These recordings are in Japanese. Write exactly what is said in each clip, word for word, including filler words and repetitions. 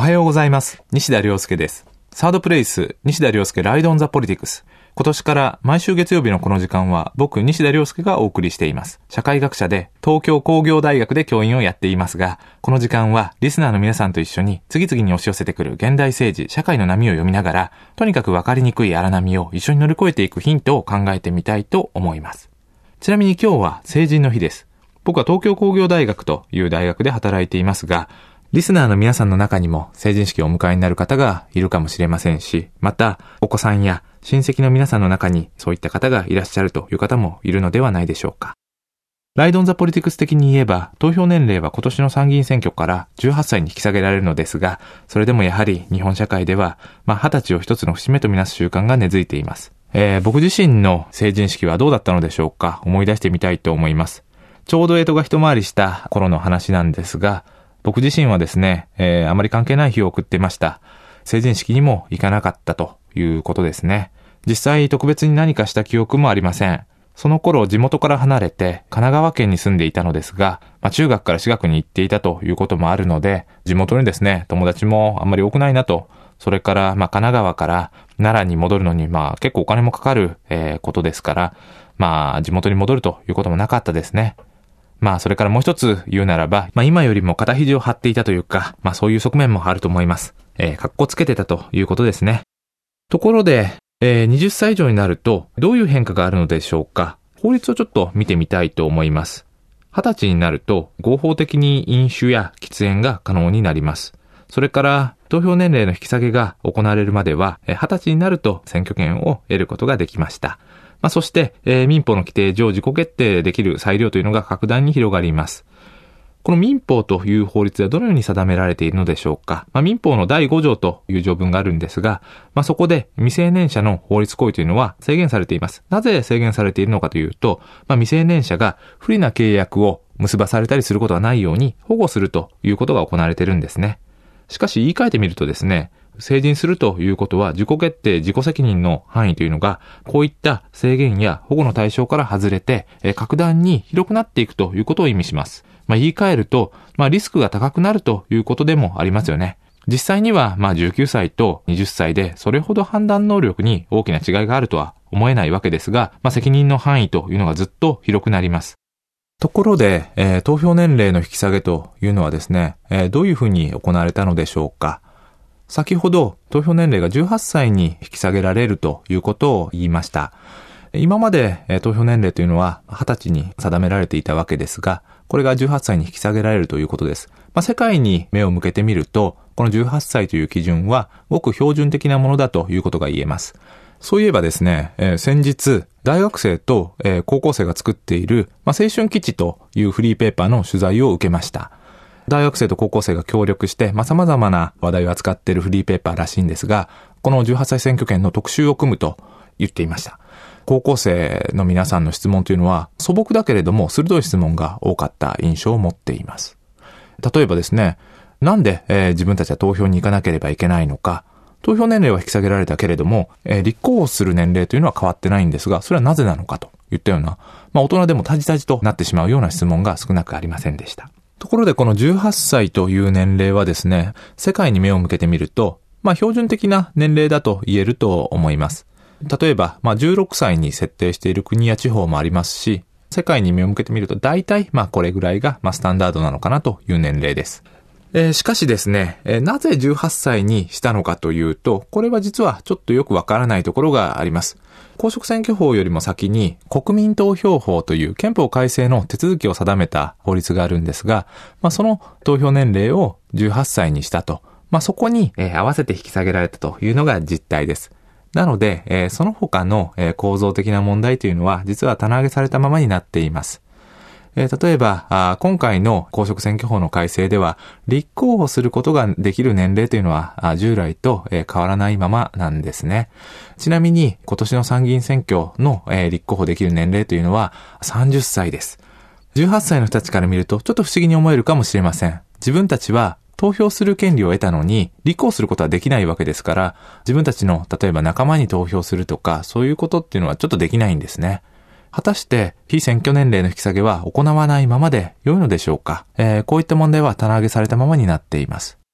はようございます。西田亮介です。サードプレイス、西田亮介ライドオンザポリティクス。今年から毎週月曜日のこの時間は僕、西田亮介がお送りしています。社会学者で東京工業大学で教員をやっていますが、この時間はリスナーの皆さんと一緒に次々に押し寄せてくる現代政治、社会の波を読みながら、とにかく分かりにくい荒波を一緒に乗り越えていくヒントを考えてみたいと思います。ちなみに今日は成人の日です。僕は東京工業大学という大学で働いていますが、リスナーの皆さんの中にも成人式をお迎えになる方がいるかもしれませんし、またお子さんや親戚の皆さんの中にそういった方がいらっしゃるという方もいるのではないでしょうか。ライドオンザポリティクス的に言えば、投票年齢は今年の参議院選挙からじゅうはっさいに引き下げられるのですが、それでもやはり日本社会では、まあ、はたちを一つの節目とみなす習慣が根付いています。えー、僕自身の成人式はどうだったのでしょうか。思い出してみたいと思います。ちょうど干支が一回りした頃の話なんですが、僕自身はですね、えー、あまり関係ない日を送っていました。成人式にも行かなかったということですね。実際特別に何かした記憶もありません。その頃地元から離れて神奈川県に住んでいたのですが、まあ、中学から私学に行っていたということもあるので、地元にですね、友達もあんまり多くないなと。それから、まあ、神奈川から奈良に戻るのに、まあ、結構お金もかかる、えー、ことですから、まあ、地元に戻るということもなかったですね。まあ、それからもう一つ言うならば、まあ今よりも肩肘を張っていたというか、まあそういう側面もあると思います。えー、かっこつけてたということですね。ところで、えー、はたち以上になると、どういう変化があるのでしょうか。法律をちょっと見てみたいと思います。はたちになると、合法的に飲酒や喫煙が可能になります。それから、投票年齢の引き下げが行われるまでは、はたちになると選挙権を得ることができました。まあ、そして、えー、民法の規定上自己決定できる裁量というのが格段に広がります。この民法という法律はどのように定められているのでしょうか。まあ、民法のだいご条という条文があるんですが、まあ、そこで未成年者の法律行為というのは制限されています。なぜ制限されているのかというと、まあ、未成年者が不利な契約を結ばされたりすることがないように保護するということが行われているんですね。しかし言い換えてみるとですね、成人するということは自己決定、自己責任の範囲というのがこういった制限や保護の対象から外れて、えー、格段に広くなっていくということを意味します。まあ、言い換えると、まあ、リスクが高くなるということでもありますよね。実際にはまあじゅうきゅうさいとはたちでそれほど判断能力に大きな違いがあるとは思えないわけですが、まあ、責任の範囲というのがずっと広くなります。ところで、えー、投票年齢の引き下げというのはですね、えー、どういうふうに行われたのでしょうか。先ほど投票年齢がじゅうはっさいに引き下げられるということを言いました。今まで、えー、投票年齢というのははたちに定められていたわけですが、これがじゅうはっさいに引き下げられるということです。まあ、世界に目を向けてみると、このじゅうはっさいという基準はごく標準的なものだということが言えます。そういえばですね、えー、先日大学生と、えー、高校生が作っている、まあ、青春基地というフリーペーパーの取材を受けました。大学生と高校生が協力して、まあ、様々な話題を扱っているフリーペーパーらしいんですが、このじゅうはっさい選挙権の特集を組むと言っていました。高校生の皆さんの質問というのは素朴だけれども鋭い質問が多かった印象を持っています。例えばですね、なんで、えー、自分たちは投票に行かなければいけないのか、投票年齢は引き下げられたけれども、えー、立候補する年齢というのは変わってないんですが、それはなぜなのかといったような、まあ大人でもタジタジとなってしまうような質問が少なくありませんでした。ところでこのじゅうはっさいという年齢はですね、世界に目を向けてみると、まあ標準的な年齢だと言えると思います。例えば、まあじゅうろくさいに設定している国や地方もありますし、世界に目を向けてみると大体まあこれぐらいがまあスタンダードなのかなという年齢です。えー、しかしですね、えー、なぜじゅうはっさいにしたのかというと、これは実はちょっとよくわからないところがあります。公職選挙法よりも先に国民投票法という憲法改正の手続きを定めた法律があるんですが、まあ、その投票年齢をじゅうはっさいにしたと、まあ、そこに、えー、合わせて引き下げられたというのが実態です。なので、えー、その他の、えー、構造的な問題というのは実は棚上げされたままになっています。えー、例えばあ、今回の公職選挙法の改正では、立候補することができる年齢というのは、あ従来と、えー、変わらないままなんですね。ちなみに、今年の参議院選挙の、えー、立候補できる年齢というのはさんじゅっさいです。じゅうはっさいの人たちから見ると、ちょっと不思議に思えるかもしれません。自分たちは、投票する権利を得たのに、立候補することはできないわけですから、自分たちの、例えば仲間に投票するとか、そういうことっていうのはちょっとできないんですね。果たして非選挙年齢の引き下げは行わないままで良いのでしょうか。えー、こういった問題は棚上げされたままになっています。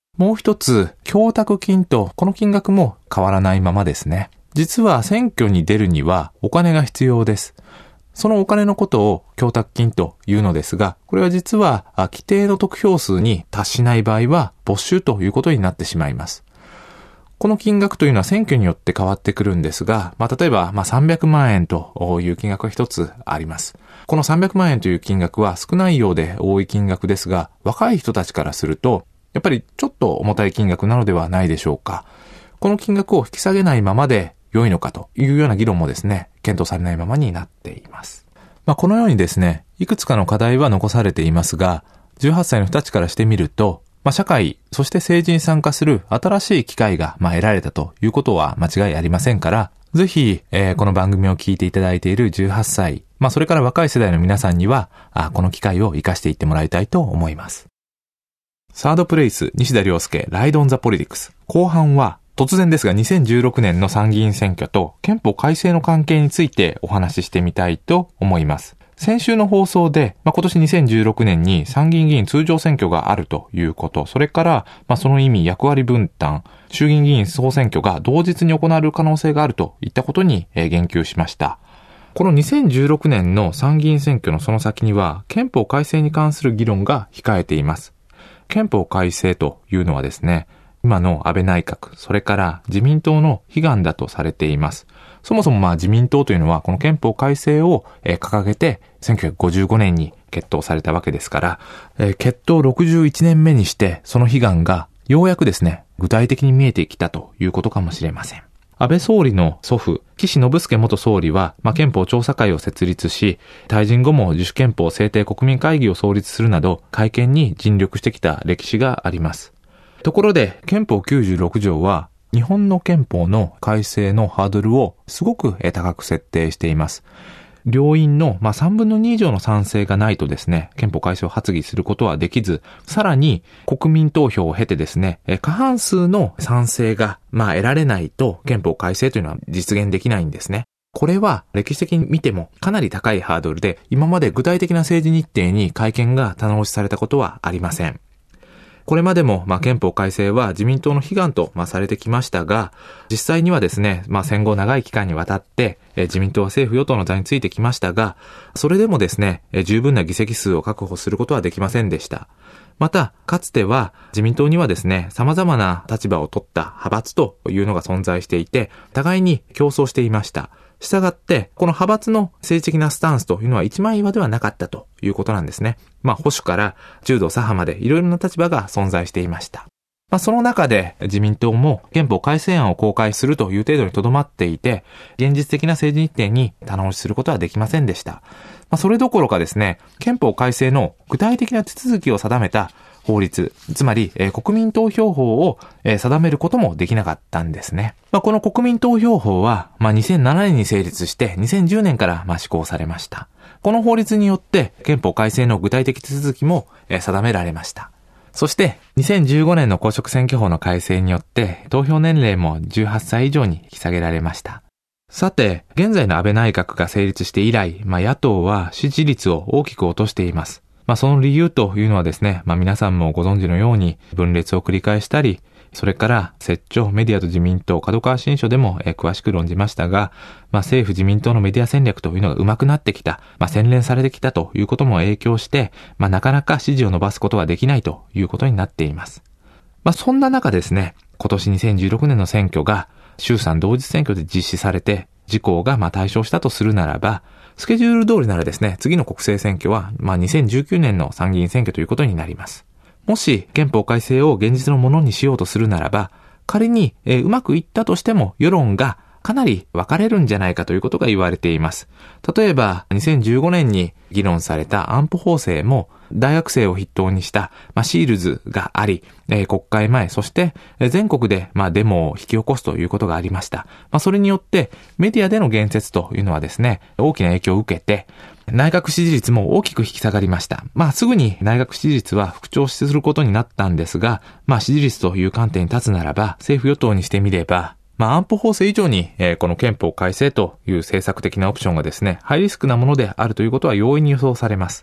もう一つ、供託金とこの金額も変わらないままですね。実は選挙に出るにはお金が必要です。そのお金のことを供託金というのですが、これは実は規定の得票数に達しない場合は没収ということになってしまいます。この金額というのは選挙によって変わってくるんですが、まあ、例えば、まあ、さんびゃくまんえんという金額が一つあります。このさんびゃくまんえんという金額は少ないようで多い金額ですが、若い人たちからすると、やっぱりちょっと重たい金額なのではないでしょうか。この金額を引き下げないままで良いのかというような議論もですね、検討されないままになっています。まあ、このようにですね、いくつかの課題は残されていますが、じゅうはっさいの人たちからしてみると、まあ、社会、そして政治に参加する新しい機会が、まあ、得られたということは間違いありませんから、ぜひ、えー、この番組を聞いていただいているじゅうはっさい、まあ、それから若い世代の皆さんには、あこの機会を活かしていってもらいたいと思います。サードプレイス、西田亮介、ライドオンザポリティクス。後半は、突然ですがにせんじゅうろくねんの参議院選挙と憲法改正の関係についてお話ししてみたいと思います。先週の放送で、まあ、今年にせんじゅうろくねんに参議院議員通常選挙があるということ、それから、まあ、その意味、役割分担、衆議院議員総選挙が同日に行われる可能性があるといったことに言及しました。このにせんじゅうろくねんの参議院選挙のその先には、憲法改正に関する議論が控えています。憲法改正というのはですね、今の安倍内閣、それから自民党の悲願だとされています。そもそもまあ自民党というのはこの憲法改正を掲げてせんきゅうひゃくごじゅうごねんに決闘されたわけですから、決闘ろくじゅういちねんめにしてその悲願がようやくですね、具体的に見えてきたということかもしれません。安倍総理の祖父、岸信介元総理は、まあ、憲法調査会を設立し、退陣後も自主憲法制定国民会議を創立するなど、改憲に尽力してきた歴史があります。ところで、憲法きゅうじゅうろくじょうは、日本の憲法の改正のハードルをすごく高く設定しています。両院の、まあ、さんぶんのに以上の賛成がないとですね、憲法改正を発議することはできず、さらに国民投票を経てですね、過半数の賛成が、まあ、得られないと憲法改正というのは実現できないんですね。これは歴史的に見てもかなり高いハードルで、今まで具体的な政治日程に改憲が棚押しされたことはありません。これまでも、まあ、憲法改正は自民党の悲願と、まあ、されてきましたが、実際にはですね、まあ、戦後長い期間にわたって、え自民党は政府与党の座についてきましたが、それでもですね、え十分な議席数を確保することはできませんでした。また、かつては自民党にはですね、様々な立場を取った派閥というのが存在していて、互いに競争していました。したがって、この派閥の政治的なスタンスというのは一枚岩ではなかったということなんですね。まあ保守から中道左派までいろいろな立場が存在していました。まあその中で自民党も憲法改正案を公開するという程度にとどまっていて、現実的な政治日程に棚押しすることはできませんでした。まあそれどころかですね、憲法改正の具体的な手続きを定めた法律、つまり、えー、国民投票法を、えー、定めることもできなかったんですね。まあ、この国民投票法は、まあ、にせんななねんに成立してにせんじゅうねんから、まあ、施行されました。この法律によって憲法改正の具体的手続きも、えー、定められました。そしてにせんじゅうごねんの公職選挙法の改正によって投票年齢もじゅうはっさい以上に引き下げられました。さて、現在の安倍内閣が成立して以来、まあ、野党は支持率を大きく落としています。まあその理由というのはですね、まあ皆さんもご存知のように分裂を繰り返したり、それから折衝、メディアと自民党、角川新書でも詳しく論じましたが、まあ政府自民党のメディア戦略というのが上手くなってきた、まあ洗練されてきたということも影響して、まあなかなか支持を伸ばすことができないということになっています。まあそんな中ですね、今年にせんじゅうろくねんの選挙が衆参同日選挙で実施されて、自公がまあ対象したとするならば、スケジュール通りならですね、次の国政選挙は、まあ、にせんじゅうきゅうねんの参議院選挙ということになります。もし、憲法改正を現実のものにしようとするならば、仮に、えー、うまくいったとしても、世論がかなり分かれるんじゃないかということが言われています。例えば、にせんじゅうごねんに議論された安保法制も、大学生を筆頭にした、まあ、シールズがあり、えー、国会前、そして、えー、全国で、まあ、デモを引き起こすということがありました。まあ、それによって、メディアでの言説というのはですね、大きな影響を受けて、内閣支持率も大きく引き下がりました。まあ、すぐに内閣支持率は復調することになったんですが、まあ、支持率という観点に立つならば、政府与党にしてみれば、まあ、安保法制以上に、えー、この憲法改正という政策的なオプションがですね、ハイリスクなものであるということは容易に予想されます。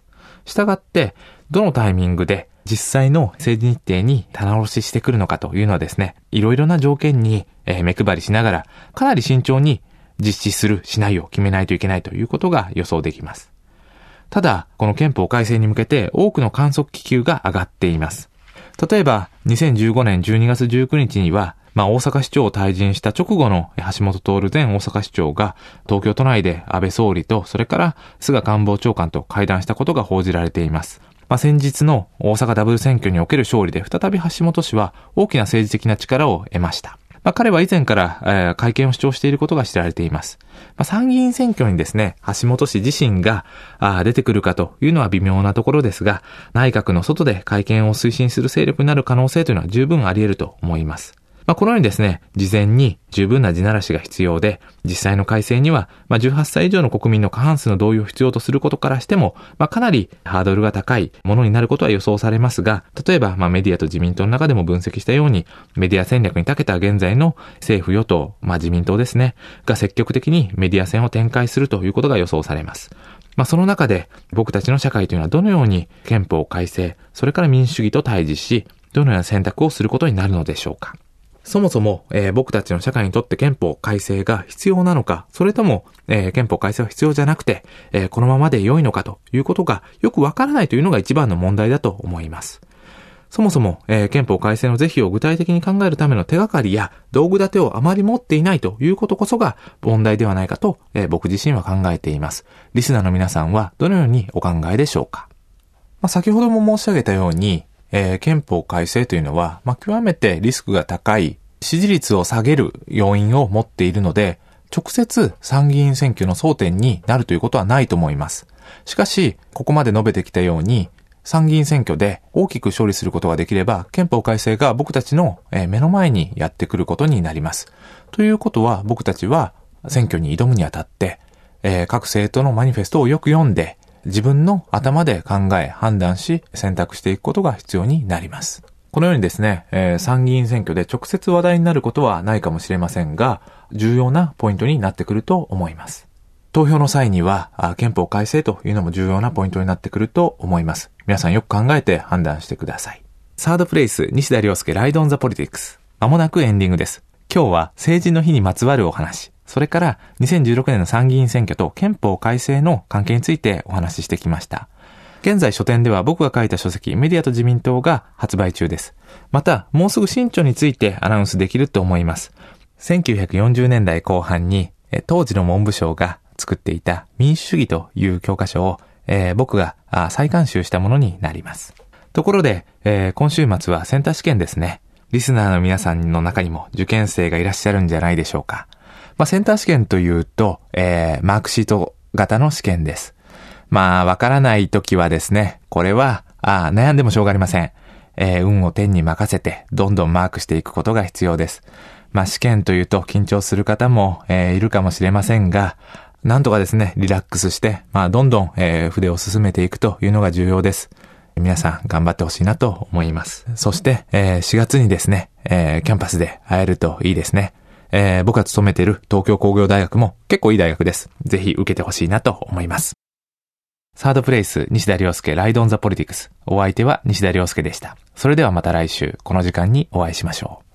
したがって、どのタイミングで実際の政治日程に棚卸ししてくるのかというのはですね、いろいろな条件に目配りしながら、かなり慎重に実施する、しないを決めないといけないということが予想できます。ただ、この憲法改正に向けて多くの観測気球が上がっています。例えば、にせんじゅうごねんじゅうにがつじゅうくにちには、まあ大阪市長を退陣した直後の橋本徹前大阪市長が東京都内で安倍総理とそれから菅官房長官と会談したことが報じられています。まあ先日の大阪ダブル選挙における勝利で再び橋本氏は大きな政治的な力を得ました。まあ、彼は以前から、えー、改憲を主張していることが知られています。まあ、参議院選挙にですね、橋本氏自身があ出てくるかというのは微妙なところですが、内閣の外で改憲を推進する勢力になる可能性というのは十分あり得ると思います。まあ、このようにですね、事前に十分な地ならしが必要で、実際の改正には、まあ、じゅうはっさい以上の国民の過半数の同意を必要とすることからしても、まあ、かなりハードルが高いものになることは予想されますが、例えば、まあ、メディアと自民党の中でも分析したように、メディア戦略に長けた現在の政府与党、まあ、自民党ですね、が積極的にメディア戦を展開するということが予想されます。まあ、その中で、僕たちの社会というのはどのように憲法改正、それから民主主義と対峙し、どのような選択をすることになるのでしょうか。そもそも、えー、僕たちの社会にとって憲法改正が必要なのか、それとも、えー、憲法改正は必要じゃなくて、えー、このままで良いのかということがよくわからないというのが一番の問題だと思います。そもそも、えー、憲法改正の是非を具体的に考えるための手がかりや道具立てをあまり持っていないということこそが問題ではないかと、えー、僕自身は考えています。リスナーの皆さんはどのようにお考えでしょうか。まあ、先ほども申し上げたように、えー、憲法改正というのは、まあ、極めてリスクが高い、支持率を下げる要因を持っているので、直接参議院選挙の争点になるということはないと思います。しかし、ここまで述べてきたように、参議院選挙で大きく勝利することができれば、憲法改正が僕たちの目の前にやってくることになります。ということは、僕たちは選挙に挑むにあたって、えー、各政党のマニフェストをよく読んで、自分の頭で考え、判断し、選択していくことが必要になります。このようにですね、えー、参議院選挙で直接話題になることはないかもしれませんが、重要なポイントになってくると思います。投票の際には、憲法改正というのも重要なポイントになってくると思います。皆さんよく考えて判断してください。サードプレイス、西田亮介ライドオンザポリティクス。まもなくエンディングです。今日は成人の日にまつわるお話、それからにせんじゅうろくねんの参議院選挙と憲法改正の関係についてお話ししてきました。現在書店では僕が書いた書籍メディアと自民党が発売中です。またもうすぐ新著についてアナウンスできると思います。せんきゅうひゃくよんじゅうねんだいこう半に当時の文部省が作っていた民主主義という教科書を、えー、僕が再監修したものになります。ところで、えー、今週末はセンター試験ですね。リスナーの皆さんの中にも受験生がいらっしゃるんじゃないでしょうか。まあ、センター試験というと、えー、マークシート型の試験です。まあ、わからないときはですね、これは、あ悩んでもしょうがありません。えー、運を天に任せて、どんどんマークしていくことが必要です。まあ、試験というと緊張する方も、えー、いるかもしれませんが、なんとかですね、リラックスして、まあ、どんどん、えー、筆を進めていくというのが重要です。皆さん頑張ってほしいなと思います。そして、えー、しがつにですね、えー、キャンパスで会えるといいですね。えー、僕が勤めている東京工業大学も結構いい大学です。ぜひ受けてほしいなと思います。サードプレイス、西田亮介ライドオンザポリティクス。お相手は西田亮介でした。それではまた来週、この時間にお会いしましょう。